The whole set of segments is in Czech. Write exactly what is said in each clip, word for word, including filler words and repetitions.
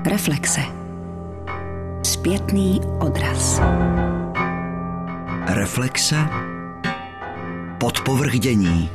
Reflexe. Zpětný odraz. Reflexe. Podpovrchdění.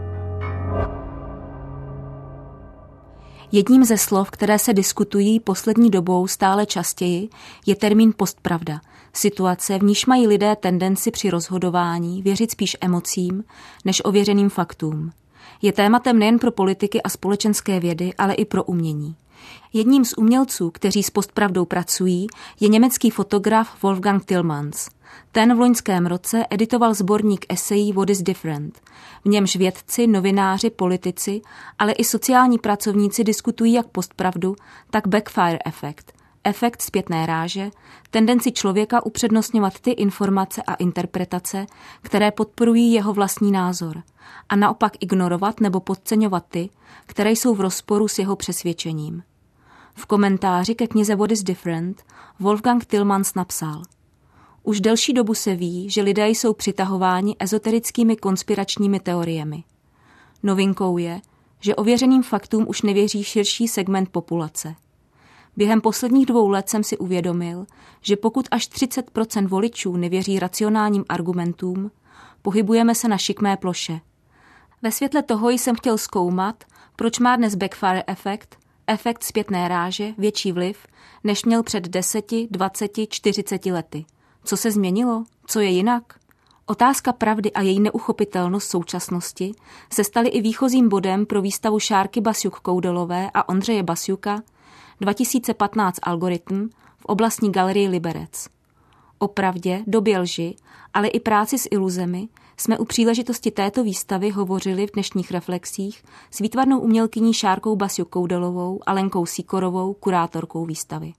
Jedním ze slov, které se diskutují poslední dobou stále častěji, je termín postpravda. Situace, v níž mají lidé tendenci při rozhodování věřit spíš emocím než ověřeným faktům. Je tématem nejen pro politiky a společenské vědy, ale i pro umění. Jedním z umělců, kteří s postpravdou pracují, je německý fotograf Wolfgang Tillmans. Ten v loňském roce editoval sborník esejí What is different. V němž vědci, novináři, politici, ale i sociální pracovníci diskutují jak postpravdu, tak backfire efekt, efekt zpětné ráže, tendenci člověka upřednostňovat ty informace a interpretace, které podporují jeho vlastní názor, a naopak ignorovat nebo podceňovat ty, které jsou v rozporu s jeho přesvědčením. V komentáři ke knize What is different Wolfgang Tillmans napsal: Už delší dobu se ví, že lidé jsou přitahováni ezoterickými konspiračními teoriemi. Novinkou je, že ověřeným faktům už nevěří širší segment populace. Během posledních dvou let jsem si uvědomil, že pokud až třicet procent voličů nevěří racionálním argumentům, pohybujeme se na šikmé ploše. Ve světle toho jsem chtěl zkoumat, proč má dnes backfire efekt, efekt zpětné ráže, větší vliv, než měl před deseti, dvaceti, čtyřiceti lety. Co se změnilo? Co je jinak? Otázka pravdy a její neuchopitelnost současnosti se staly i výchozím bodem pro výstavu Šárky Basiuk-Koudelové a Ondřeje Basiuka dva tisíce patnáct Algoritm v oblastní galerii Liberec. O pravdě, době lži, ale i práci s iluzemi jsme u příležitosti této výstavy hovořili v dnešních reflexích s výtvarnou umělkyní Šárkou Basiuk-Koudelovou a Lenkou Sýkorovou, kurátorkou výstavy.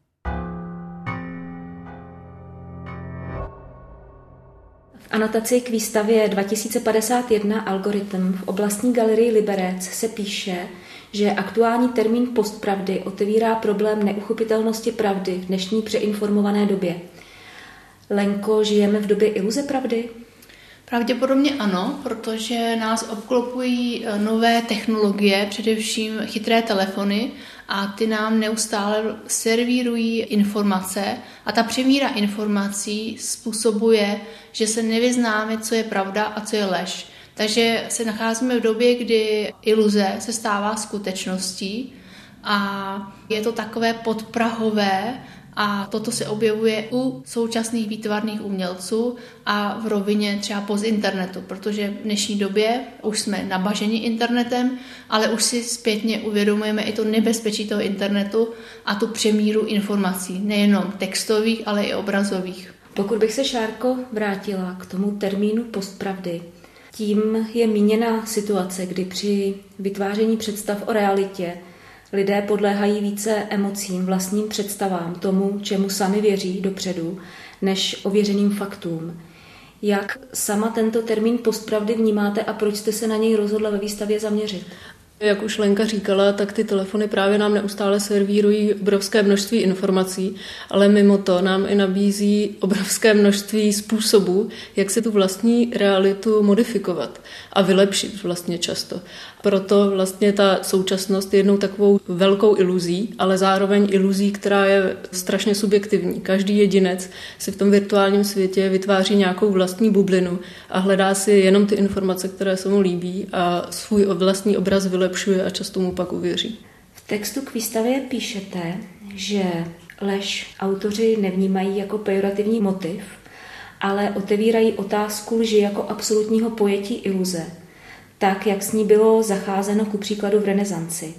V anotaci k výstavě dva tisíce padesát jedna Algoritm v oblastní galerii Liberec se píše, že aktuální termín postpravdy otevírá problém neuchopitelnosti pravdy v dnešní přeinformované době. Lenko, žijeme v době iluze pravdy? Pravděpodobně ano, protože nás obklopují nové technologie, především chytré telefony, a ty nám neustále servírují informace a ta přemíra informací způsobuje, že se nevyznáme, co je pravda a co je lež. Takže se nacházíme v době, kdy iluze se stává skutečností a je to takové podprahové a toto se objevuje u současných výtvarných umělců a v rovině třeba post internetu, protože v dnešní době už jsme nabaženi internetem, ale už si zpětně uvědomujeme i to nebezpečí toho internetu a tu přemíru informací, nejenom textových, ale i obrazových. Pokud bych se, Šárko, vrátila k tomu termínu postpravdy, tím je míněna situace, kdy při vytváření představ o realitě lidé podléhají více emocím, vlastním představám, tomu, čemu sami věří dopředu, než ověřeným faktům. Jak sama tento termín postpravdy vnímáte a proč jste se na něj rozhodla ve výstavě zaměřit? Jak už Lenka říkala, tak ty telefony právě nám neustále servírují obrovské množství informací, ale mimo to nám i nabízí obrovské množství způsobů, jak si tu vlastní realitu modifikovat a vylepšit vlastně často. Proto vlastně ta současnost je jednou takovou velkou iluzí, ale zároveň iluzí, která je strašně subjektivní. Každý jedinec si v tom virtuálním světě vytváří nějakou vlastní bublinu a hledá si jenom ty informace, které se mu líbí a svůj vlastní obraz vylepšuje a často mu pak uvěří. V textu k výstavě píšete, že lež autoři nevnímají jako pejorativní motiv, ale otevírají otázku lži jako absolutního pojetí iluze, tak, jak s ní bylo zacházeno ku příkladu v renesanci.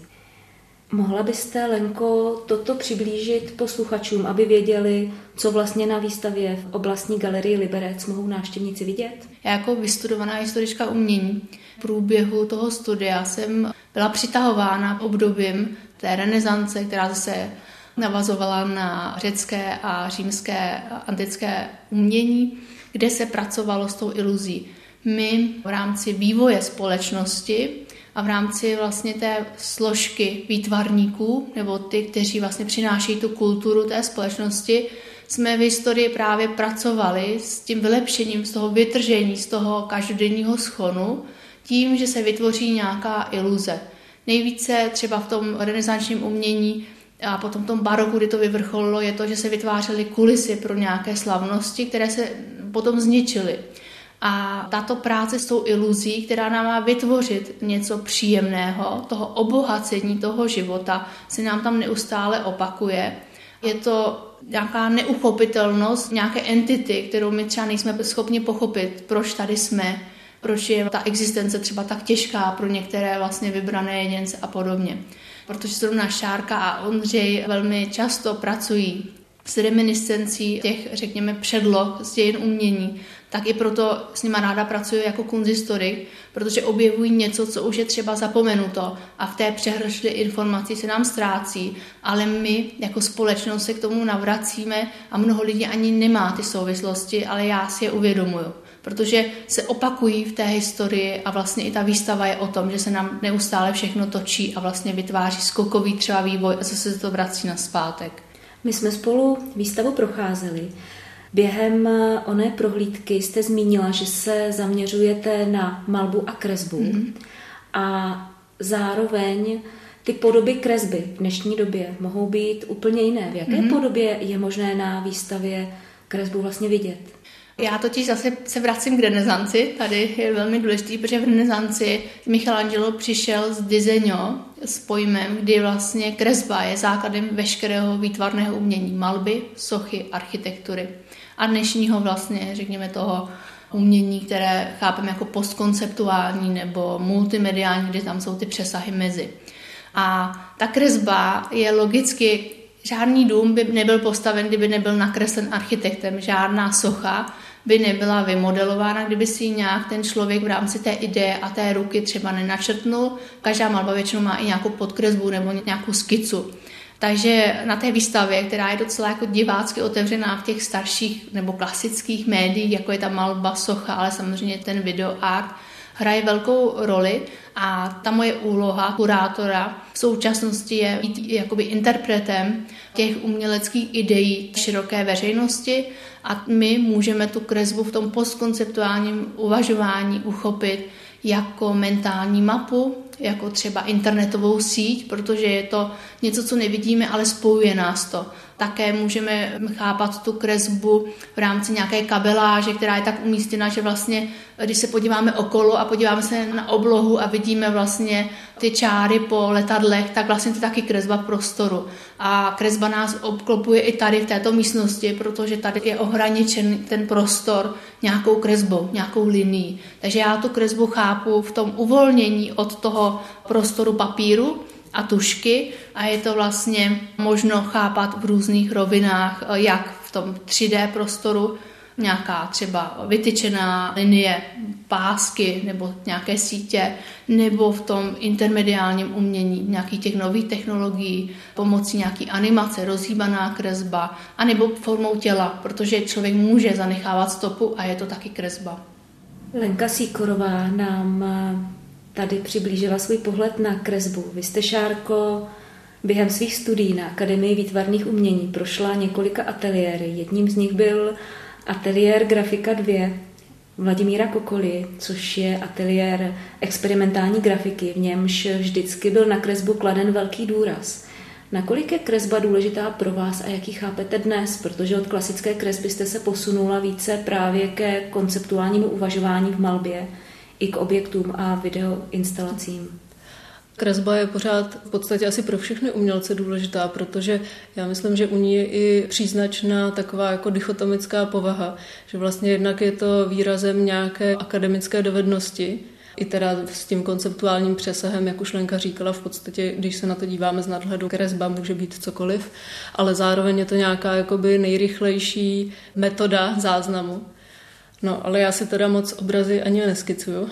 Mohla byste, Lenko, toto přiblížit posluchačům, aby věděli, co vlastně na výstavě v oblastní galerii Liberec mohou návštěvníci vidět? Já jako vystudovaná historička umění v průběhu toho studia jsem byla přitahována obdobím té renesance, která zase navazovala na řecké a římské antické umění, kde se pracovalo s tou iluzí. My v rámci vývoje společnosti a v rámci vlastně té složky výtvarníků, nebo ty, kteří vlastně přinášejí tu kulturu té společnosti, jsme v historii právě pracovali s tím vylepšením, z toho vytržení, z toho každodenního schonu, tím, že se vytvoří nějaká iluze. Nejvíce třeba v tom renesančním umění A potom v tom baroku, kdy to vyvrcholilo, je to, že se vytvářely kulisy pro nějaké slavnosti, které se potom zničily. A tato práce s tou iluzí, která nám má vytvořit něco příjemného, toho obohacení toho života, se nám tam neustále opakuje. Je to nějaká neuchopitelnost, nějaké entity, kterou my třeba nejsme schopni pochopit, proč tady jsme, proč je ta existence třeba tak těžká pro některé vlastně vybrané jedince a podobně. Protože zrovna Šárka a Ondřej velmi často pracují s reminiscencí těch, řekněme, předloh z dějin umění, tak i proto s nima ráda pracuji jako kunsthistorik, protože objevují něco, co už je třeba zapomenuto a v té přehršli informací se nám ztrácí, ale my jako společnost se k tomu navracíme a mnoho lidí ani nemá ty souvislosti, ale já si je uvědomuju, protože se opakují v té historii a vlastně i ta výstava je o tom, že se nám neustále všechno točí a vlastně vytváří skokový třeba vývoj a zase se to vrací nazpátek. My jsme spolu výstavu procházeli. Během oné prohlídky jste zmínila, že se zaměřujete na malbu a kresbu mm-hmm. a zároveň ty podoby kresby v dnešní době mohou být úplně jiné. V jaké mm-hmm. podobě je možné na výstavě kresbu vlastně vidět? Já totiž zase se vracím k renesanci. Tady je velmi důležitý, protože v renesanci Michelangelo přišel z disegno s pojmem, kdy vlastně kresba je základem veškerého výtvarného umění, malby, sochy, architektury a dnešního vlastně, řekněme, toho umění, které chápeme jako postkonceptuální nebo multimediální, kde tam jsou ty přesahy mezi. A ta kresba je logicky, žádný dům by nebyl postaven, kdyby nebyl nakreslen architektem, žádná socha by nebyla vymodelována, kdyby si nějak ten člověk v rámci té ideje a té ruky třeba nenačrtnul. Každá malba většinou má i nějakou podkresbu nebo nějakou skicu. Takže na té výstavě, která je docela jako divácky otevřená v těch starších nebo klasických médiích, jako je ta malba, socha, ale samozřejmě ten videoart, hraje velkou roli a ta moje úloha kurátora v současnosti je být jakoby interpretem těch uměleckých ideí široké veřejnosti a my můžeme tu kresbu v tom postkonceptuálním uvažování uchopit jako mentální mapu, jako třeba internetovou síť, protože je to něco, co nevidíme, ale spojuje nás to. Také můžeme chápat tu kresbu v rámci nějaké kabeláže, která je tak umístěna, že vlastně, když se podíváme okolo a podíváme se na oblohu a vidíme vlastně ty čáry po letadlech, tak vlastně to je taky kresba v prostoru. A kresba nás obklopuje i tady v této místnosti, protože tady je ohraničen ten prostor nějakou kresbou, nějakou linií. Takže já tu kresbu chápu v tom uvolnění od toho prostoru papíru a tušky a je to vlastně možno chápat v různých rovinách, jak v tom tři dé prostoru, nějaká třeba vytyčená linie, pásky nebo nějaké sítě, nebo v tom intermediálním umění nějakých těch nových technologií, pomocí nějaký animace, rozhýbaná kresba, anebo formou těla, protože člověk může zanechávat stopu a je to taky kresba. Lenka Sýkorová nám tady přiblížila svůj pohled na kresbu. Vy jste, Šárko, během svých studií na Akademii výtvarných umění prošla několika ateliéry. Jedním z nich byl ateliér Grafika dva Vladimíra Kokoly, což je ateliér experimentální grafiky, v němž vždycky byl na kresbu kladen velký důraz. Nakolik je kresba důležitá pro vás a jak ji chápete dnes? Protože od klasické kresby jste se posunula více právě ke konceptuálnímu uvažování v malbě i k objektům a videoinstalacím. Kresba je pořád v podstatě asi pro všechny umělce důležitá, protože já myslím, že u ní je i příznačná taková jako dichotomická povaha, že vlastně jednak je to výrazem nějaké akademické dovednosti, i teda s tím konceptuálním přesahem, jak už Lenka říkala, v podstatě, když se na to díváme z nadhledu, kresba může být cokoliv, ale zároveň je to nějaká jakoby nejrychlejší metoda záznamu. No, ale já si teda moc obrazy ani neskicuju.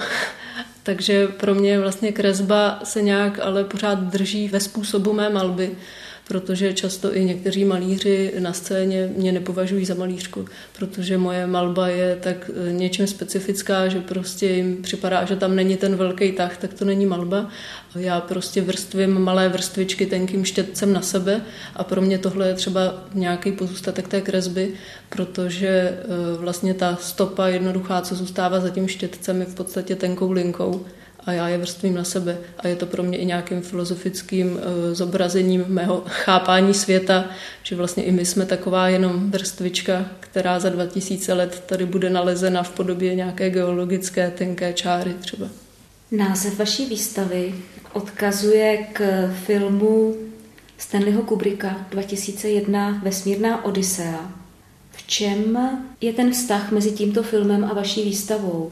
Takže pro mě vlastně kresba se nějak ale pořád drží ve způsobu mé malby, protože často i někteří malíři na scéně mě nepovažují za malířku, protože moje malba je tak něčím specifická, že prostě jim připadá, že tam není ten velký tah, tak to není malba. Já prostě vrstvím malé vrstvičky tenkým štětcem na sebe a pro mě tohle je třeba nějaký pozůstatek té kresby, protože vlastně ta stopa jednoduchá, co zůstává za tím štětcem, je v podstatě tenkou linkou a já je vrstvím na sebe. A je to pro mě i nějakým filozofickým uh, zobrazením mého chápání světa, že vlastně i my jsme taková jenom vrstvička, která za dva tisíce let tady bude nalezena v podobě nějaké geologické tenké čáry třeba. Název vaší výstavy odkazuje k filmu Stanleyho Kubricka dva tisíce jedna Vesmírná Odysea. V čem je ten vztah mezi tímto filmem a vaší výstavou?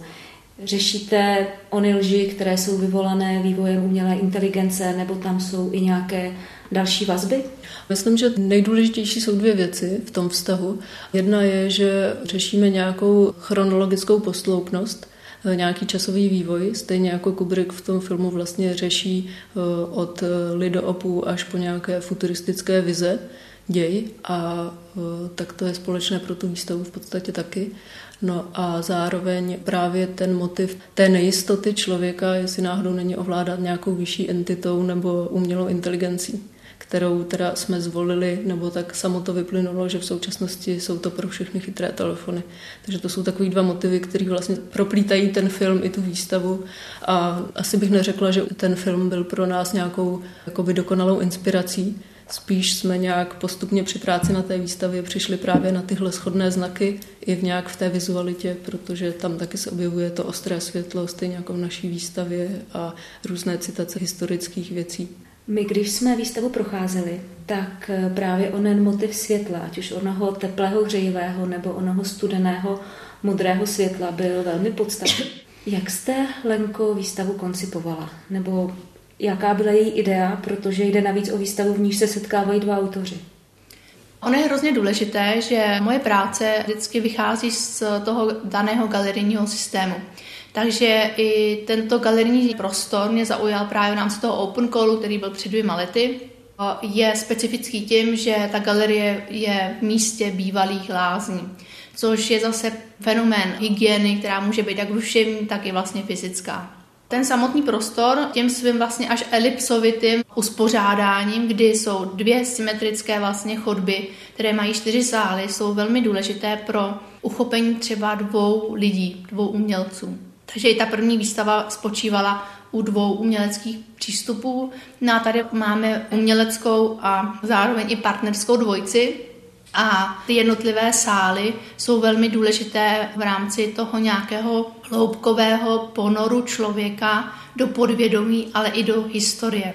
Řešíte ony lži, které jsou vyvolané vývojem umělé inteligence, nebo tam jsou i nějaké další vazby? Myslím, že nejdůležitější jsou dvě věci v tom vztahu. Jedna je, že řešíme nějakou chronologickou posloupnost, nějaký časový vývoj, stejně jako Kubrick v tom filmu vlastně řeší od lidoopů až po nějaké futuristické vize děj a tak to je společné pro tu výstavu v podstatě taky. No a zároveň právě ten motiv té nejistoty člověka, jestli náhodou není ovládat nějakou vyšší entitou nebo umělou inteligencí, kterou teda jsme zvolili, nebo tak samo to vyplynulo, že v současnosti jsou to pro všechny chytré telefony. Takže to jsou takový dva motivy, které vlastně proplítají ten film i tu výstavu. A asi bych neřekla, že ten film byl pro nás nějakou jakoby dokonalou inspirací. Spíš jsme nějak postupně při práci na té výstavě přišli právě na tyhle shodné znaky i v nějak v té vizualitě, protože tam taky se objevuje to ostré světlo, stejně jako v naší výstavě a různé citace historických věcí. My, když jsme výstavu procházeli, tak právě onen motiv světla, ať už onoho teplého, hřejivého nebo onoho studeného, modrého světla, byl velmi podstatný. Jak jste, Lenko, výstavu koncipovala? Nebo jaká byla její idea, protože jde navíc o výstavu, v níž se setkávají dva autoři? Ono je hrozně důležité, že moje práce vždycky vychází z toho daného galerijního systému. Takže i tento galerijní prostor mě zaujal právě v rámci toho open callu, který byl před dvěma lety. Je specifický tím, že ta galerie je v místě bývalých lázní, což je zase fenomén hygieny, která může být jak duševní, tak i vlastně fyzická. Ten samotný prostor tím svým vlastně až elipsovitým uspořádáním, kdy jsou dvě symetrické vlastně chodby, které mají čtyři sály, jsou velmi důležité pro uchopení třeba dvou lidí, dvou umělců. Takže i ta první výstava spočívala u dvou uměleckých přístupů. No a tady máme uměleckou a zároveň i partnerskou dvojici. A ty jednotlivé sály jsou velmi důležité v rámci toho nějakého hloubkového ponoru člověka do podvědomí, ale i do historie.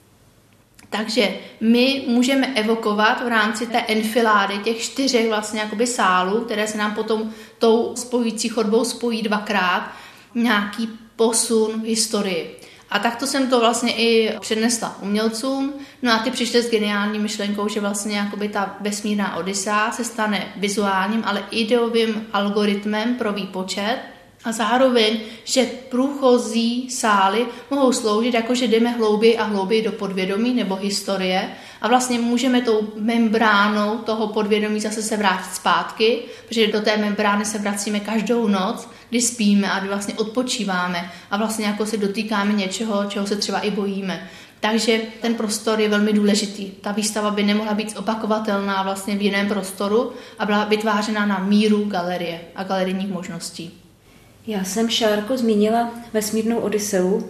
Takže my můžeme evokovat v rámci té enfilády těch čtyřech vlastně jakoby sálů, které se nám potom tou spojující chodbou spojí dvakrát, nějaký posun v historii. A takto jsem to vlastně i přednesla umělcům, no a ty přišli s geniální myšlenkou, že vlastně jakoby ta vesmírná Odysea se stane vizuálním, ale ideovým algoritmem pro výpočet a zároveň, že průchozí sály mohou sloužit jako, že jdeme hlouběji a hlouběji do podvědomí nebo historie a vlastně můžeme tou membránou toho podvědomí zase se vrátit zpátky, protože do té membrány se vracíme každou noc, kdy spíme a kdy vlastně odpočíváme a vlastně jako se dotýkáme něčeho, čeho se třeba i bojíme. Takže ten prostor je velmi důležitý. Ta výstava by nemohla být opakovatelná vlastně v jiném prostoru a byla vytvářena na míru galerie a galerijních možností. Já jsem, Šárko, zmínila Vesmírnou Odyseu.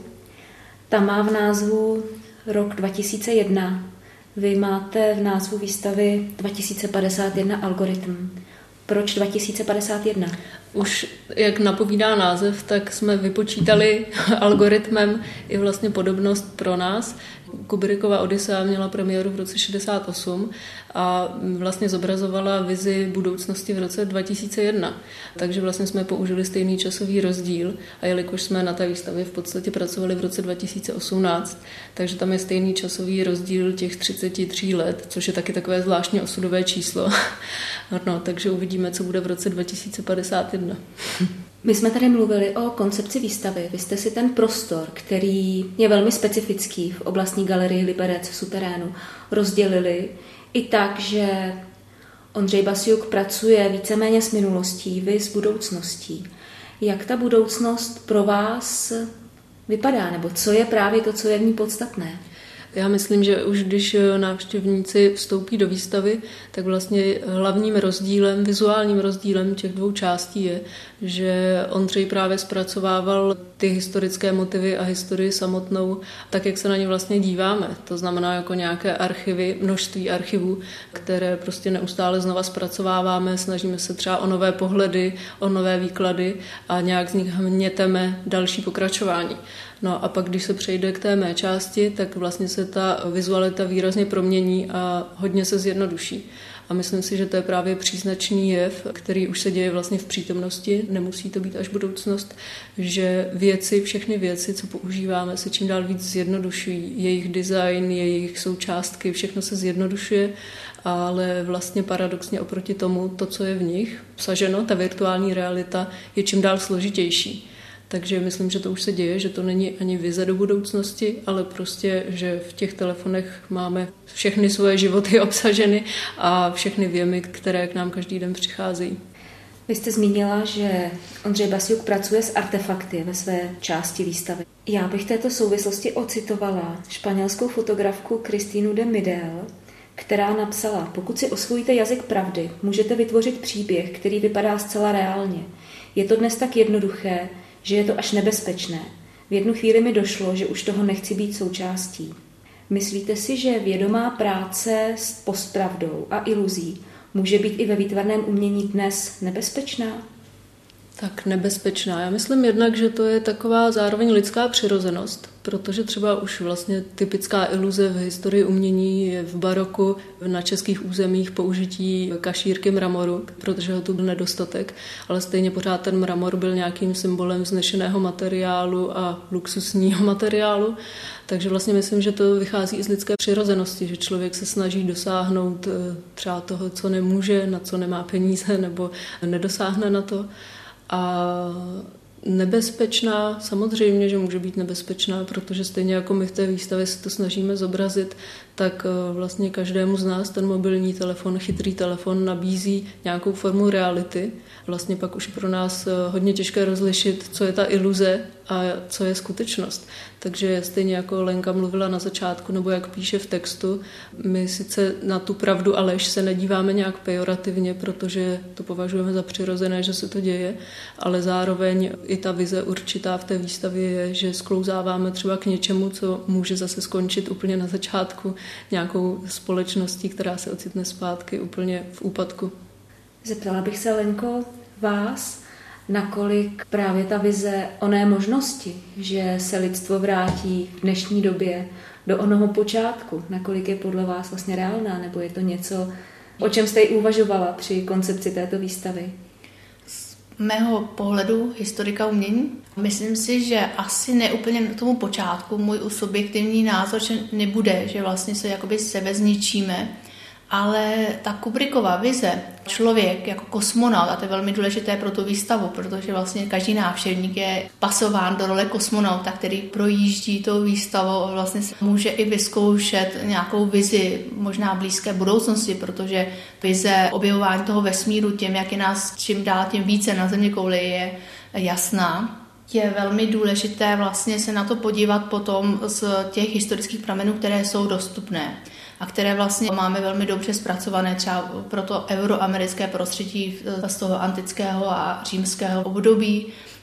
Ta má v názvu rok dva tisíce jedna. Vy máte v názvu výstavy dva tisíce padesát jedna algoritm. Proč dva tisíce padesát jedna? Už jak napovídá název, tak jsme vypočítali algoritmem i vlastně podobnost pro nás. Kubrickova Odysea měla premiéru v roce šedesát osm a vlastně zobrazovala vizi budoucnosti v roce dva tisíce jedna. Takže vlastně jsme použili stejný časový rozdíl a jelikož jsme na té výstavě v podstatě pracovali v roce dva tisíce osmnáct, takže tam je stejný časový rozdíl těch třicet tři let, což je taky takové zvláštně osudové číslo. No, takže uvidíme, co bude v roce dva tisíce padesát jedna. My jsme tady mluvili o koncepci výstavy. Vy jste si ten prostor, který je velmi specifický v oblastní galerii Liberec v suterénu, rozdělili i tak, že Ondřej Basiuk pracuje víceméně s minulostí, vy s budoucností. Jak ta budoucnost pro vás vypadá, nebo co je právě to, co je v ní podstatné? Já myslím, že už když návštěvníci vstoupí do výstavy, tak vlastně hlavním rozdílem, vizuálním rozdílem těch dvou částí je, že Ondřej právě zpracovával ty historické motivy a historii samotnou, tak jak se na ně vlastně díváme. To znamená jako nějaké archivy, množství archivů, které prostě neustále znova zpracováváme, snažíme se třeba o nové pohledy, o nové výklady a nějak z nich hměteme další pokračování. No a pak, když se přejde k té mé části, tak vlastně se ta vizualita výrazně promění a hodně se zjednoduší. A myslím si, že to je právě příznačný jev, který už se děje vlastně v přítomnosti, nemusí to být až budoucnost, že věci, všechny věci, co používáme, se čím dál víc zjednodušují. Jejich design, jejich součástky, všechno se zjednodušuje, ale vlastně paradoxně oproti tomu, to, co je v nich vsaženo, ta virtuální realita, je čím dál složitější. Takže myslím, že to už se děje, že to není ani vize do budoucnosti, ale prostě, že v těch telefonech máme všechny svoje životy obsaženy a všechny věmy, které k nám každý den přicházejí. Vy jste zmínila, že Ondřej Basiuk pracuje s artefakty ve své části výstavy. Já bych této souvislosti ocitovala španělskou fotografku Cristínu de Midel, která napsala: pokud si osvojíte jazyk pravdy, můžete vytvořit příběh, který vypadá zcela reálně. Je to dnes tak jednoduché, že je to až nebezpečné. V jednu chvíli mi došlo, že už toho nechci být součástí. Myslíte si, že vědomá práce s postpravdou a iluzí může být i ve výtvarném umění dnes nebezpečná? Tak nebezpečná. Já myslím jednak, že to je taková zároveň lidská přirozenost, protože třeba už vlastně typická iluze v historii umění je v baroku na českých územích použití kašírky mramoru, protože ho tu byl nedostatek, ale stejně pořád ten mramor byl nějakým symbolem vznešeného materiálu a luxusního materiálu. Takže vlastně myslím, že to vychází i z lidské přirozenosti, že člověk se snaží dosáhnout třeba toho, co nemůže, na co nemá peníze, nebo nedosáhne na to. A nebezpečná, samozřejmě, že může být nebezpečná, protože stejně jako my v té výstavě se to snažíme zobrazit, tak vlastně každému z nás ten mobilní telefon, chytrý telefon nabízí nějakou formu reality. Vlastně pak už pro nás hodně těžké rozlišit, co je ta iluze a co je skutečnost. Takže stejně jako Lenka mluvila na začátku, nebo jak píše v textu, my sice na tu pravdu a lež se nedíváme nějak pejorativně, protože to považujeme za přirozené, že se to děje, ale zároveň i ta vize určitá v té výstavě je, že sklouzáváme třeba k něčemu, co může zase skončit úplně na začátku nějakou společností, která se ocitne zpátky úplně v úpadku. Zeptala bych se, Lenko, vás, nakolik právě ta vize oné možnosti, že se lidstvo vrátí v dnešní době do onoho počátku, nakolik je podle vás vlastně reálná, nebo je to něco, o čem jste i uvažovala při koncepci této výstavy? Z mého pohledu historika umění, myslím si, že asi neúplně k tomu počátku můj subjektivní názor, že nebude, že vlastně se jakoby sebe zničíme, ale ta Kubrickova vize, člověk jako kosmonaut, a to je velmi důležité pro tu výstavu, protože vlastně každý návštěvník je pasován do role kosmonauta, který projíždí tou výstavou a vlastně může i vyzkoušet nějakou vizi možná blízké budoucnosti, protože vize objevování toho vesmíru tím, jak je nás čím dál tím více na zeměkouli, je jasná. Je velmi důležité vlastně se na to podívat potom z těch historických pramenů, které jsou dostupné a které vlastně máme velmi dobře zpracované třeba pro to euroamerické prostředí z toho antického a římského období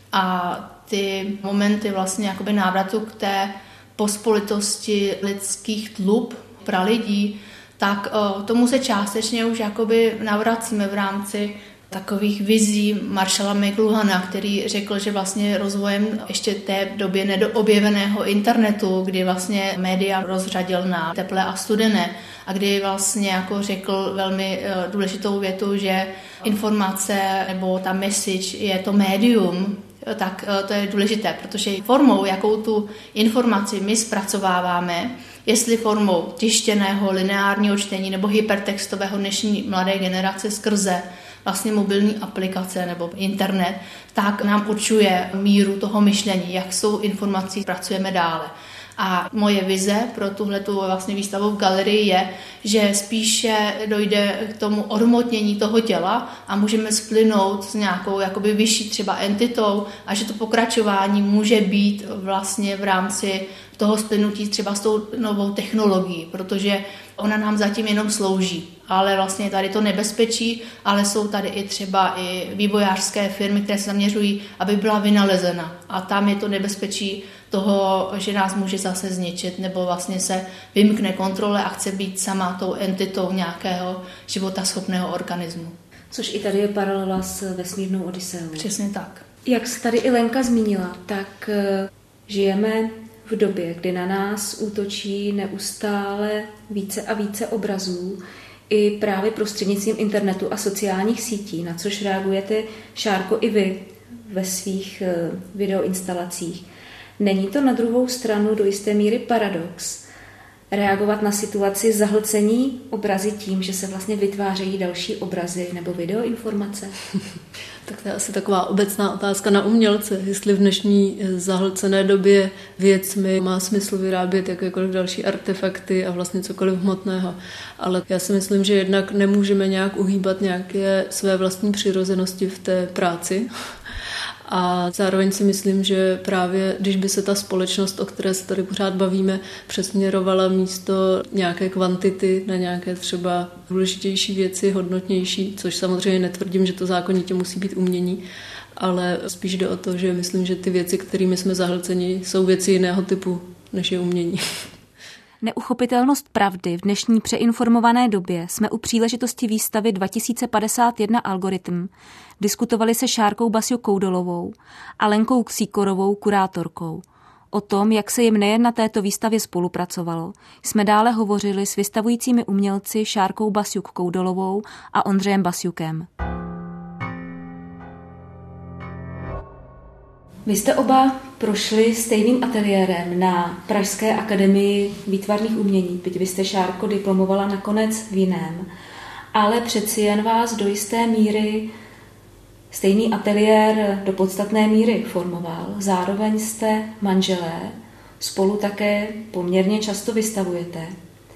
a ty momenty vlastně jakoby návratu k té pospolitosti lidských tlub, pralidí, tak tomu se částečně už jakoby navracíme v rámci takových vizí Marshalla McLuhana, který řekl, že vlastně rozvojem ještě té době nedoobjeveného internetu, kdy vlastně média rozřadil na teplé a studené a kdy vlastně jako řekl velmi důležitou větu, že informace nebo ta message je to médium, tak to je důležité, protože formou, jakou tu informaci my zpracováváme, jestli formou tištěného lineárního čtení nebo hypertextového dnešní mladé generace skrze vlastně mobilní aplikace nebo internet, tak nám určuje míru toho myšlení, jak s tou informací pracujeme dále. A moje vize pro tuhletu vlastně výstavu v galerii je, že spíše dojde k tomu odmotnění toho těla a můžeme splynout s nějakou jakoby vyšší třeba entitou a že to pokračování může být vlastně v rámci toho splynutí třeba s tou novou technologií, protože ona nám zatím jenom slouží. Ale vlastně tady to nebezpečí, ale jsou tady i třeba i vývojářské firmy, které se zaměřují, aby byla vynalezena. A tam je to nebezpečí toho, že nás může zase zničit, nebo vlastně se vymkne kontrole a chce být sama tou entitou nějakého životaschopného organismu. Což i tady je paralela s vesmírnou Odyseou. Přesně tak. Jak se tady i Lenka zmínila, tak žijeme v době, kdy na nás útočí neustále více a více obrazů, i právě prostřednictvím internetu a sociálních sítí, na což reagujete, Šárko, i vy ve svých videoinstalacích. Není to na druhou stranu do jisté míry paradox reagovat na situaci zahlcení obrazy tím, že se vlastně vytvářejí další obrazy nebo videoinformace? Tak to je asi taková obecná otázka na umělce, jestli v dnešní zahlcené době věcmi má smysl vyrábět jakékoliv další artefakty a vlastně cokoliv hmotného. Ale já si myslím, že jednak nemůžeme nějak uhýbat nějaké své vlastní přirozenosti v té práci. A zároveň si myslím, že právě když by se ta společnost, o které se tady pořád bavíme, přesměrovala místo nějaké kvantity na nějaké třeba důležitější věci, hodnotnější, což samozřejmě netvrdím, že to zákonitě musí být umění, ale spíš jde o to, že myslím, že ty věci, kterými jsme zahlceni, jsou věci jiného typu, než je umění. Neuchopitelnost pravdy v dnešní přeinformované době jsme u příležitosti výstavy dva tisíce padesát jedna Algoritm diskutovali se Šárkou Bassiuk-Koudolovou a Lenkou Ksíkorovou, kurátorkou. O tom, jak se jim nejen na této výstavě spolupracovalo, jsme dále hovořili s vystavujícími umělci Šárkou Bassiuk-Koudolovou a Ondřejem Bassiukem. Vy jste oba prošli stejným ateliérem na Pražské akademii výtvarných umění, byť vy jste, Šárko, diplomovala nakonec v jiném, ale přeci jen vás do jisté míry stejný ateliér do podstatné míry formoval. Zároveň jste manželé, spolu také poměrně často vystavujete.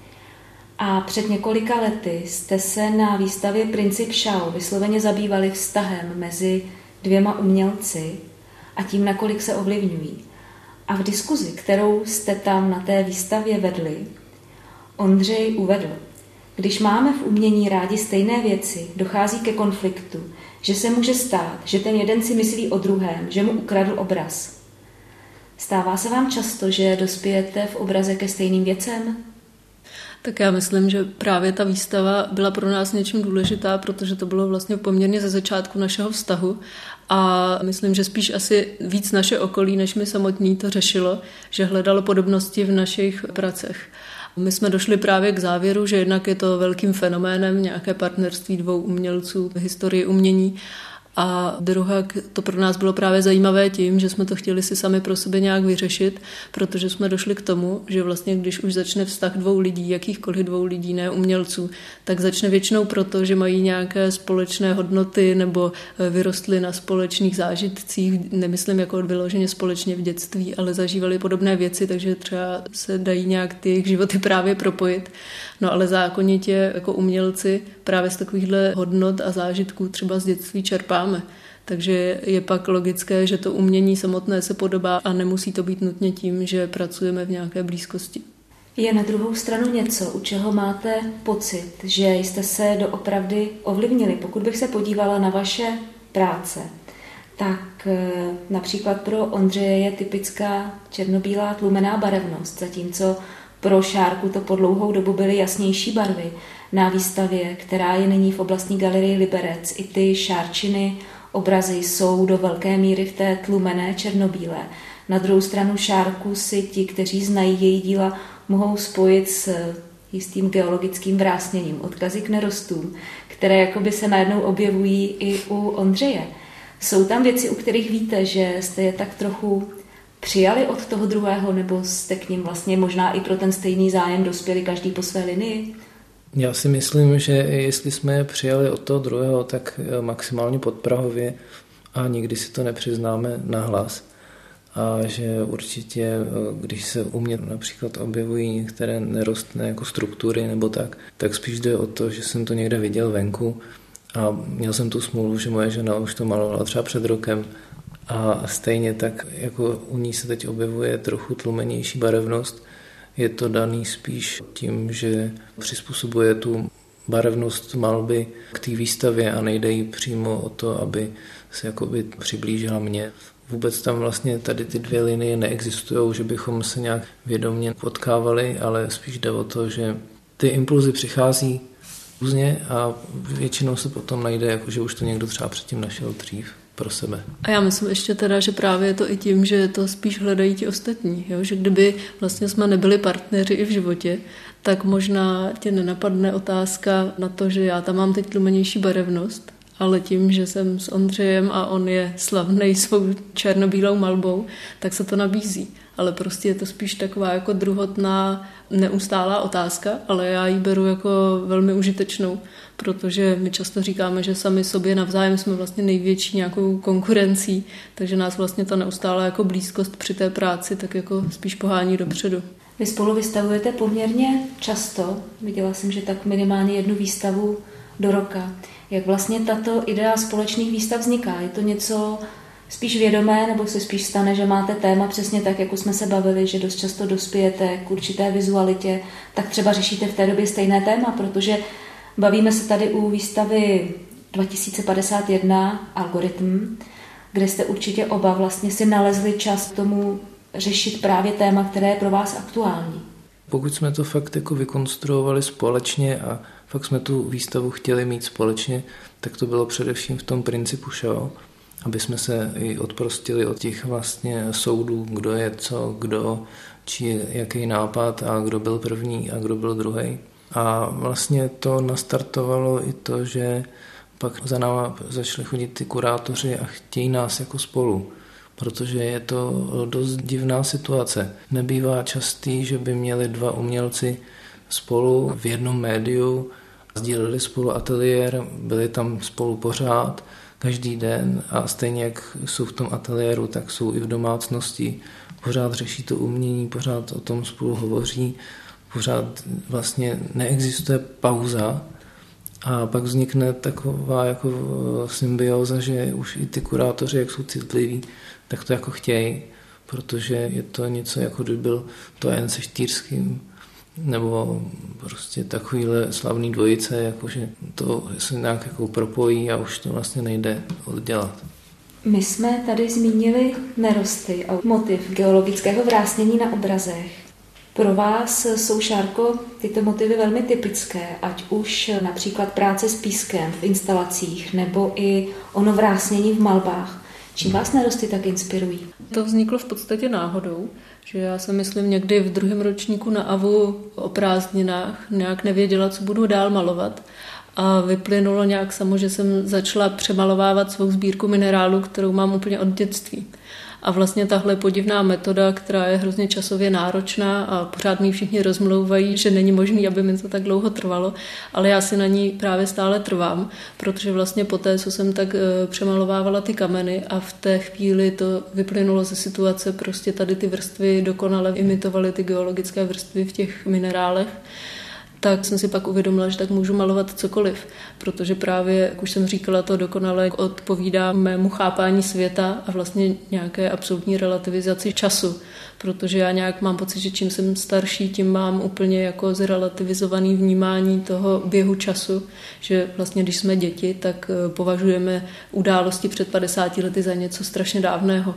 A před několika lety jste se na výstavě Princip Show vysloveně zabývali vztahem mezi dvěma umělci a tím, nakolik se ovlivňují. A v diskuzi, kterou jste tam na té výstavě vedli, Ondřej uvedl: když máme v umění rádi stejné věci, dochází ke konfliktu, že se může stát, že ten jeden si myslí o druhém, že mu ukradl obraz. Stává se vám často, že dospějete v obraze ke stejným věcem? Tak já myslím, že právě ta výstava byla pro nás něčím důležitá, protože to bylo vlastně poměrně ze začátku našeho vztahu a myslím, že spíš asi víc naše okolí, než my samotní to řešilo, že hledalo podobnosti v našich pracech. My jsme došli právě k závěru, že jednak je to velkým fenoménem nějaké partnerství dvou umělců v historii umění. A druhá, to pro nás bylo právě zajímavé tím, že jsme to chtěli si sami pro sebe nějak vyřešit, protože jsme došli k tomu, že vlastně když už začne vztah dvou lidí, jakýchkoliv dvou lidí, ne umělců, tak začne většinou proto, že mají nějaké společné hodnoty nebo vyrostly na společných zážitcích, nemyslím jako vyloženě společně v dětství, ale zažívali podobné věci, takže třeba se dají nějak ty jejich životy právě propojit. No ale zákonitě jako umělci právě z takovýchhle hodnot a zážitků třeba z dětství čerpáme. Takže je pak logické, že to umění samotné se podobá a nemusí to být nutně tím, že pracujeme v nějaké blízkosti. Je na druhou stranu něco, u čeho máte pocit, že jste se doopravdy ovlivnili. Pokud bych se podívala na vaše práce, tak například pro Ondřeje je typická černobílá tlumená barevnost, zatímco pro Šárku to po dlouhou dobu byly jasnější barvy. Na výstavě, která je nyní v oblastní galerii Liberec, i ty Šárčiny obrazy jsou do velké míry v té tlumené černobílé. Na druhou stranu Šárku si ti, kteří znají její díla, mohou spojit s jistým geologickým vrásněním, odkazy k nerostům, které jakoby se najednou objevují i u Ondřeje. Jsou tam věci, u kterých víte, že jste je tak trochu přijali od toho druhého, nebo jste k ním vlastně možná i pro ten stejný zájem dospěli každý po své linii? Já si myslím, že jestli jsme je přijali od toho druhého, tak maximálně podprahově a nikdy si to nepřiznáme nahlas. A že určitě, když se u mě například objevují některé nerostné jako struktury nebo tak, tak spíš jde o to, že jsem to někde viděl venku a měl jsem tu smůlu, že moje žena už to malovala třeba před rokem A stejně tak, jako u ní se teď objevuje trochu tlmenější barevnost, je to daný spíš tím, že přizpůsobuje tu barevnost malby k té výstavě a nejde jí přímo o to, aby se jakoby přiblížila mně. Vůbec tam vlastně tady ty dvě linie neexistují, že bychom se nějak vědomě potkávali, ale spíš jde o to, že ty impulzy přichází různě a většinou se potom najde, jako že už to někdo třeba předtím našel dřív pro sebe. A já myslím ještě teda, že právě je to i tím, že to spíš hledají ti ostatní, jo? Že kdyby vlastně jsme nebyli partneři i v životě, tak možná tě nenapadne otázka na to, že já tam mám teď tlumenější barevnost, ale tím, že jsem s Ondřejem a on je slavnej svou černobílou malbou, tak se to nabízí. Ale prostě je to spíš taková jako druhotná, neustálá otázka, ale já ji beru jako velmi užitečnou, protože my často říkáme, že sami sobě navzájem jsme vlastně největší nějakou konkurencí, takže nás vlastně ta neustálá jako blízkost při té práci tak jako spíš pohání dopředu. Vy spolu vystavujete poměrně často, viděla jsem, že tak minimálně jednu výstavu do roka. Jak vlastně tato idea společných výstav vzniká? Je to něco spíš vědomé, nebo se spíš stane, že máte téma přesně tak, jako jsme se bavili, že dost často dospějete k určité vizualitě, tak třeba řešíte v té době stejné téma, protože bavíme se tady u výstavy dva tisíce padesát jedna Algoritm, kde jste určitě oba vlastně si nalezli čas k tomu řešit právě téma, které je pro vás aktuální. Pokud jsme to fakt jako vykonstruovali společně a fakt jsme tu výstavu chtěli mít společně, tak to bylo především v tom principu show, aby jsme se i odprostili od těch vlastně soudů, kdo je co, kdo, či jaký nápad a kdo byl první a kdo byl druhý. A vlastně to nastartovalo i to, že pak za náma začali chodit ty kurátoři a chtějí nás jako spolu, protože je to dost divná situace. Nebývá častý, že by měli dva umělci spolu v jednom médiu, sdíleli spolu ateliér, byli tam spolu pořád, každý den a stejně jak jsou v tom ateliéru, tak jsou i v domácnosti. Pořád řeší to umění, pořád o tom spolu hovoří, pořád vlastně neexistuje pauza a pak vznikne taková jako symbioza, že už i ty kurátoři, jak jsou citliví, tak to jako chtějí, protože je to něco jako kdyby byl to jen se Štýrským, nebo prostě takovýhle slavný dvojice, jakože to se nějak jako propojí a už to vlastně nejde oddělat. My jsme tady zmínili nerosty a motiv geologického vrásnění na obrazech. Pro vás jsou, Šárko, tyto motivy velmi typické, ať už například práce s pískem v instalacích nebo i ono vrásnění v malbách. Čím vás nerosty tak inspirují? To vzniklo v podstatě náhodou, že já se myslím někdy v druhém ročníku na AVU o prázdninách nějak nevěděla, co budu dál malovat a vyplynulo nějak samo, že jsem začala přemalovávat svou sbírku minerálů, kterou mám úplně od dětství. A vlastně tahle podivná metoda, která je hrozně časově náročná a pořád mi všichni rozmlouvají, že není možný, aby mi to tak dlouho trvalo, ale já si na ní právě stále trvám, protože vlastně poté, co jsem tak přemalovávala ty kameny a v té chvíli to vyplynulo ze situace, prostě tady ty vrstvy dokonale imitovaly ty geologické vrstvy v těch minerálech, tak jsem si pak uvědomila, že tak můžu malovat cokoliv, protože právě, jak už jsem říkala, to dokonale odpovídá mému chápání světa a vlastně nějaké absolutní relativizaci času, protože já nějak mám pocit, že čím jsem starší, tím mám úplně jako zrelativizovaný vnímání toho běhu času, že vlastně když jsme děti, tak považujeme události před padesáti lety za něco strašně dávného.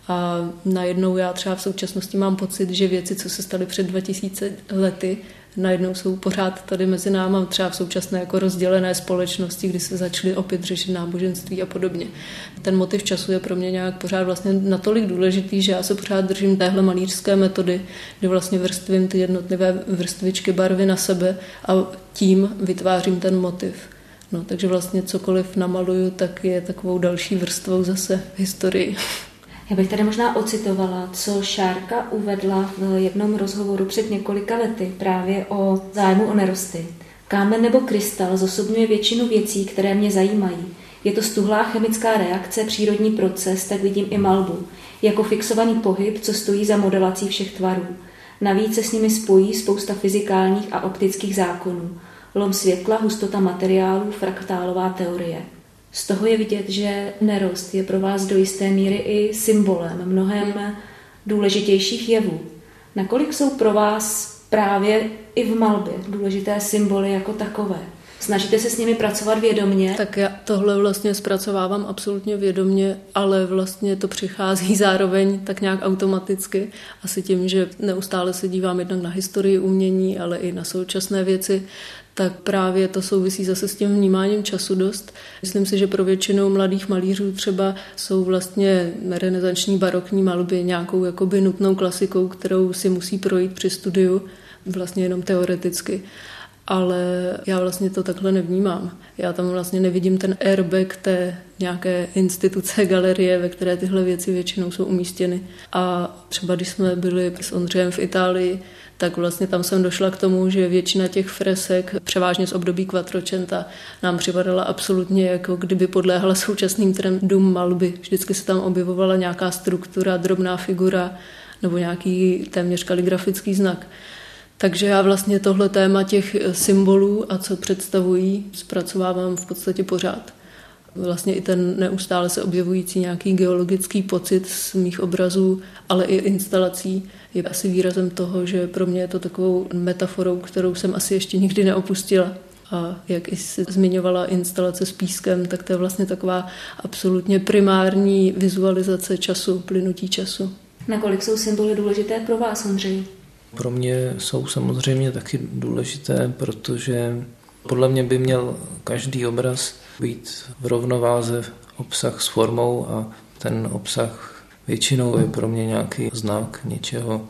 A najednou já třeba v současnosti mám pocit, že věci, co se staly před dva tisíce lety, najednou jsou pořád tady mezi námi, třeba v současné jako rozdělené společnosti, kdy se začaly opět řešit náboženství a podobně. Ten motiv času je pro mě nějak pořád vlastně natolik důležitý, že já se pořád držím téhle malířské metody, kdy vlastně vrstvím ty jednotlivé vrstvičky barvy na sebe a tím vytvářím ten motiv. No, takže vlastně cokoliv namaluju, tak je takovou další vrstvou zase v historii. Já bych tady možná ocitovala, co Šárka uvedla v jednom rozhovoru před několika lety právě o zájmu o nerosty. Kámen nebo krystal zosobňuje většinu věcí, které mě zajímají. Je to stuhlá chemická reakce, přírodní proces, tak vidím i malbu. Jako fixovaný pohyb, co stojí za modelací všech tvarů. Navíc se s nimi spojí spousta fyzikálních a optických zákonů. Lom světla, hustota materiálů, fraktálová teorie. Z toho je vidět, že nerost je pro vás do jisté míry i symbolem mnohem důležitějších jevů. Nakolik jsou pro vás právě i v malbě důležité symboly jako takové? Snažíte se s nimi pracovat vědomně? Tak já tohle vlastně zpracovávám absolutně vědomně, ale vlastně to přichází zároveň tak nějak automaticky. Asi tím, že neustále se dívám jednak na historii umění, ale i na současné věci, tak právě to souvisí zase s tím vnímáním času dost. Myslím si, že pro většinu mladých malířů třeba jsou vlastně renesanční barokní malby nějakou jakoby nutnou klasikou, kterou si musí projít při studiu, vlastně jenom teoreticky. Ale já vlastně to takhle nevnímám. Já tam vlastně nevidím ten airbag té nějaké instituce, galerie, ve které tyhle věci většinou jsou umístěny. A třeba když jsme byli s Ondřejem v Itálii, tak vlastně tam jsem došla k tomu, že většina těch fresek, převážně z období Quattrocenta, nám připadala absolutně jako kdyby podléhala současným trendům malby. Vždycky se tam objevovala nějaká struktura, drobná figura nebo nějaký téměř kaligrafický znak. Takže já vlastně tohle téma těch symbolů a co představují, zpracovávám v podstatě pořád. Vlastně i ten neustále se objevující nějaký geologický pocit z mých obrazů, ale i instalací je asi výrazem toho, že pro mě je to takovou metaforou, kterou jsem asi ještě nikdy neopustila. A jak i jsi zmiňovala instalace s pískem, tak to je vlastně taková absolutně primární vizualizace času, plynutí času. Nakolik jsou symboly důležité pro vás, Ondřej? Pro mě jsou samozřejmě taky důležité, protože podle mě by měl každý obraz být v rovnováze obsah s formou a ten obsah většinou je pro mě nějaký znak něčeho,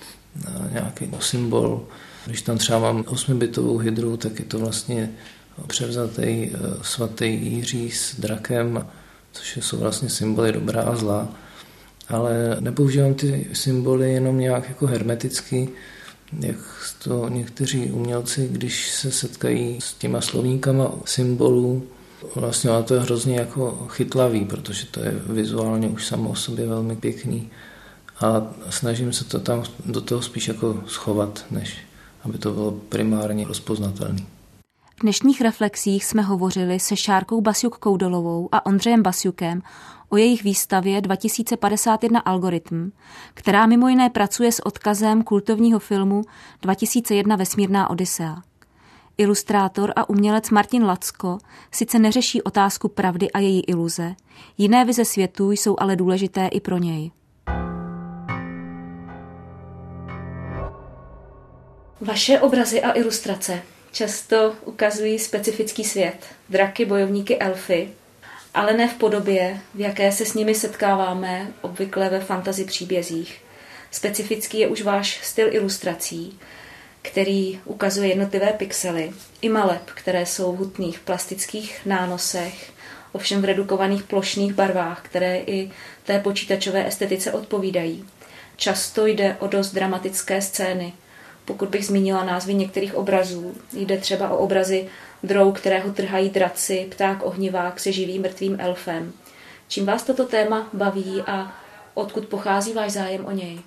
nějaký symbol. Když tam třeba mám osmibitovou hydru, tak je to vlastně převzatý svatý Jiří s drakem, což jsou vlastně symboly dobrá a zlá. Ale nepoužívám ty symboly jenom nějak jako hermeticky, jak to někteří umělci, když se setkají s těma slovníkama symbolů, vlastně to je hrozně jako chytlavý, protože to je vizuálně už samo o sobě velmi pěkný a snažím se to tam do toho spíš jako schovat, než aby to bylo primárně rozpoznatelné. V dnešních reflexích jsme hovořili se Šárkou Basiuk-Koudolovou a Ondřejem Basiukem o jejich výstavě dva tisíce padesát jedna Algoritm, která mimo jiné pracuje s odkazem kultovního filmu dva tisíce jedna Vesmírná Odysea. Ilustrátor a umělec Martin Lacko sice neřeší otázku pravdy a její iluze, jiné vize světu jsou ale důležité i pro něj. Vaše obrazy a ilustrace často ukazují specifický svět, draky, bojovníky, elfy, ale ne v podobě, v jaké se s nimi setkáváme obvykle ve fantasy příbězích. Specifický je už váš styl ilustrací, který ukazuje jednotlivé pixely, i maleb, které jsou v hutných plastických nánosech, ovšem v redukovaných plošných barvách, které i té počítačové estetice odpovídají. Často jde o dost dramatické scény. Pokud bych zmínila názvy některých obrazů, jde třeba o obrazy drou, kterého trhají draci, pták ohnivák se živým mrtvým elfem. Čím vás toto téma baví a odkud pochází váš zájem o něj?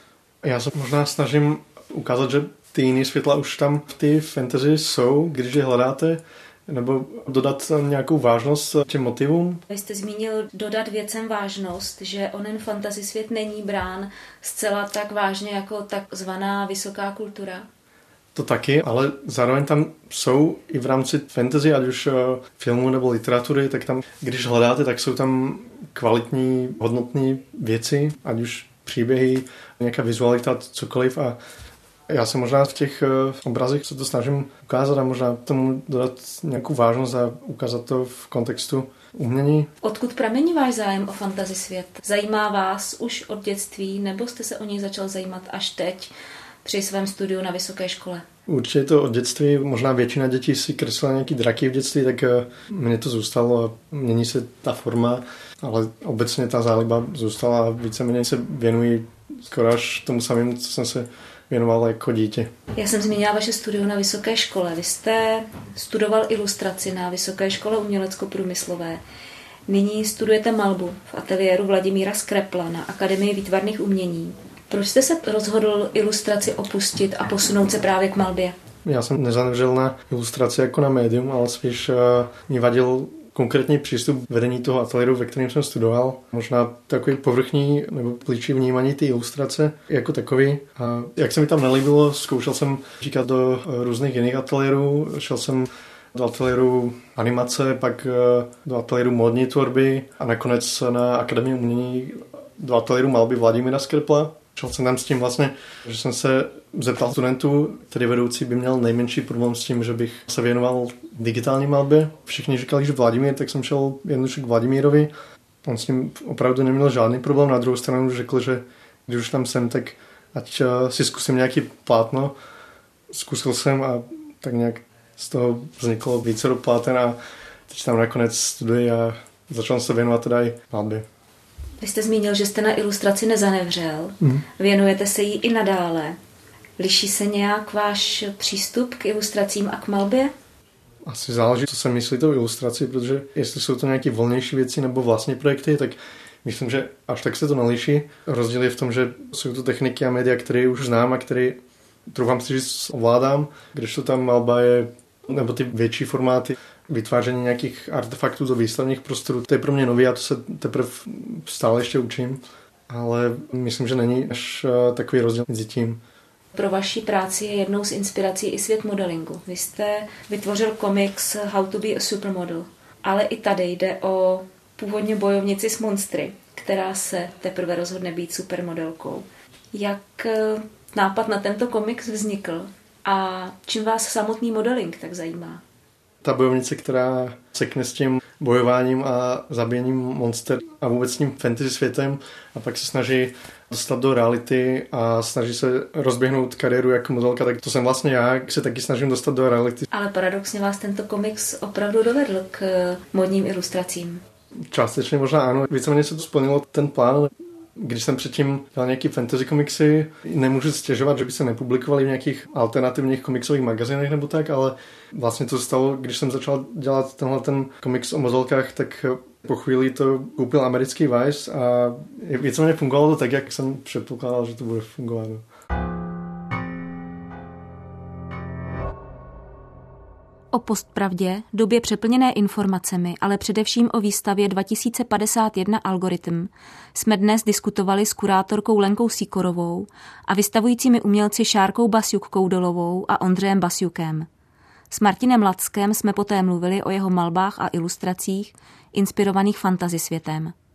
Já se možná snažím ukázat, že ty jiné světla už tam v té fantasy jsou, když je hledáte, nebo dodat nějakou vážnost těm motivům. Vy jste zmínil dodat věcem vážnost, že onen fantasy svět není brán zcela tak vážně jako takzvaná vysoká kultura. To taky, ale zároveň tam jsou i v rámci fantasy, ať už filmu nebo literatury, tak tam, když hledáte, tak jsou tam kvalitní, hodnotné věci, ať už příběhy, nějaká vizualita, cokoliv a já se možná v těch obrazech se to snažím ukázat a možná tomu dodat nějakou vážnost a ukázat to v kontextu umění. Odkud pramení váš zájem o fantasy svět? Zajímá vás už od dětství, nebo jste se o něj začal zajímat až teď při svém studiu na vysoké škole? Určitě to od dětství, možná většina dětí si kreslila nějaký draky v dětství, tak mně to zůstalo a mění se ta forma, ale obecně ta záliba zůstala a víceméně se věnují skoro až tomu samému, co jsem se věnoval jako dítě. Já jsem zmínila vaše studium na vysoké škole. Vy jste studoval ilustraci na Vysoké škole umělecko-průmyslové. Nyní studujete malbu v ateliéru Vladimíra Skrepla na Akademii výtvarných umění. Proč jste se rozhodl ilustraci opustit a posunout se právě k malbě? Já jsem nezanevřel na ilustraci jako na médium, ale spíš uh, mi vadil konkrétní přístup vedení toho ateliéru, ve kterém jsem studoval. Možná takový povrchní nebo plíčí vnímání ty ilustrace jako takový. A jak se mi tam nelíbilo, zkoušel jsem říkat do různých jiných ateliérů. Šel jsem do ateliéru animace, pak do ateliéru módní tvorby a nakonec na Akademii umění do ateliéru malby Vladimíra Skrpla. Šel jsem tam s tím vlastně, že jsem se zeptal studentů, který vedoucí by měl nejmenší problém s tím, že bych se věnoval digitální malbě. Všichni říkali, že Vladimír, tak jsem šel jednoduše k Vladimírovi. On s tím opravdu neměl žádný problém. Na druhou stranu řekl, že když už tam jsem, tak ať si zkusím nějaký plátno. Zkusil jsem a tak nějak z toho vzniklo více pláten a teď tam nakonec studuji a začal se věnovat teda i malbě. Vy jste zmínil, že jste na ilustraci nezanevřel. Mm. Věnujete se jí i nadále. Liší se nějak váš přístup k ilustracím a k malbě? Asi záleží, co se myslí tou ilustraci, protože jestli jsou to nějaké volnější věci nebo vlastní projekty, tak myslím, že až tak se to neliší. Rozdíl je v tom, že jsou to techniky a média, které už znám a které, troufám si říct, ovládám, kdežto tam malba je, nebo ty větší formáty, vytváření nějakých artefaktů do výstavních prostorů. To je pro mě nový a to se teprve stále ještě učím, ale myslím, že není až takový rozdíl mezi tím. Pro vaši práci je jednou z inspirací i svět modelingu. Vy jste vytvořil komiks How to be a supermodel, ale i tady jde o původně bojovnici s monstry, která se teprve rozhodne být supermodelkou. Jak nápad na tento komiks vznikl a čím vás samotný modeling tak zajímá? Ta bojovnice, která sekne s tím bojováním a zabíjením monster a vůbec s tím fantasy světem a pak se snaží dostat do reality a snaží se rozběhnout kariéru jako modelka, tak to jsem vlastně já, jak se taky snažím dostat do reality. Ale paradoxně vás tento komiks opravdu dovedl k modním ilustracím. Částečně možná ano, víceméně se to splnilo ten plán. Když jsem předtím dělal nějaký fantasy komiksy, nemůžu stěžovat, že by se nepublikovali v nějakých alternativních komiksových magazínech nebo tak, ale vlastně to stalo, když jsem začal dělat tenhle ten komiks o modelkách, tak po chvíli to koupil americký Vice a víceméně fungovalo to tak, jak jsem předpokládal, že to bude fungovat. O postpravdě, době přeplněné informacemi, ale především o výstavě dva tisíce padesát jedna Algoritm jsme dnes diskutovali s kurátorkou Lenkou Sýkorovou a vystavujícími umělci Šárkou Basiuk-Koudolovou a Ondřejem Basiukem. S Martinem Lackem jsme poté mluvili o jeho malbách a ilustracích inspirovaných fantasy světem.